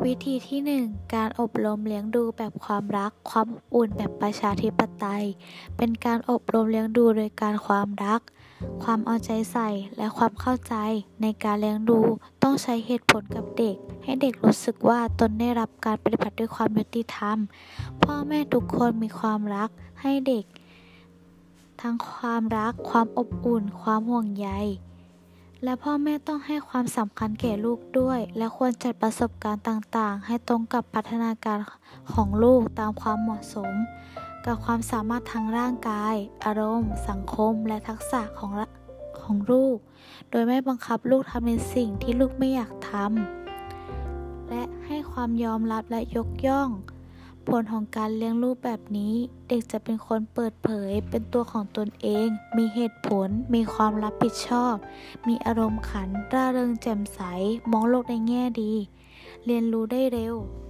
วิธีที่ 1 การอบรมเลี้ยงดูแบบความรักความอบอุ่นแบบประชาธิปไตยเป็นการอบรมเลี้ยงดูโดยการความรักความเอาใจใส่และความเข้าใจในการเลี้ยงดูต้องใช้เหตุผลกับเด็กให้เด็กรู้สึกว่าตนได้รับการปฏิบัติด้วยความยุติธรรมพ่อแม่ทุกคนมีความรักให้เด็กทั้งความรักความอบอุ่นความห่วงใยและพ่อแม่ต้องให้ความสำคัญแก่ลูกด้วยและควรจัดประสบการณ์ต่างๆให้ตรงกับพัฒนาการของลูกตามความเหมาะสมกับความสามารถทางร่างกายอารมณ์สังคมและทักษะของลูกโดยไม่บังคับลูกทำในสิ่งที่ลูกไม่อยากทำและให้ความยอมรับและยกย่องผลของการเลี้ยงลูกแบบนี้เด็กจะเป็นคนเปิดเผยเป็นตัวของตนเองมีเหตุผลมีความรับผิดชอบมีอารมณ์ขันร่าเริงแจ่มใสมองโลกในแง่ดีเรียนรู้ได้เร็ว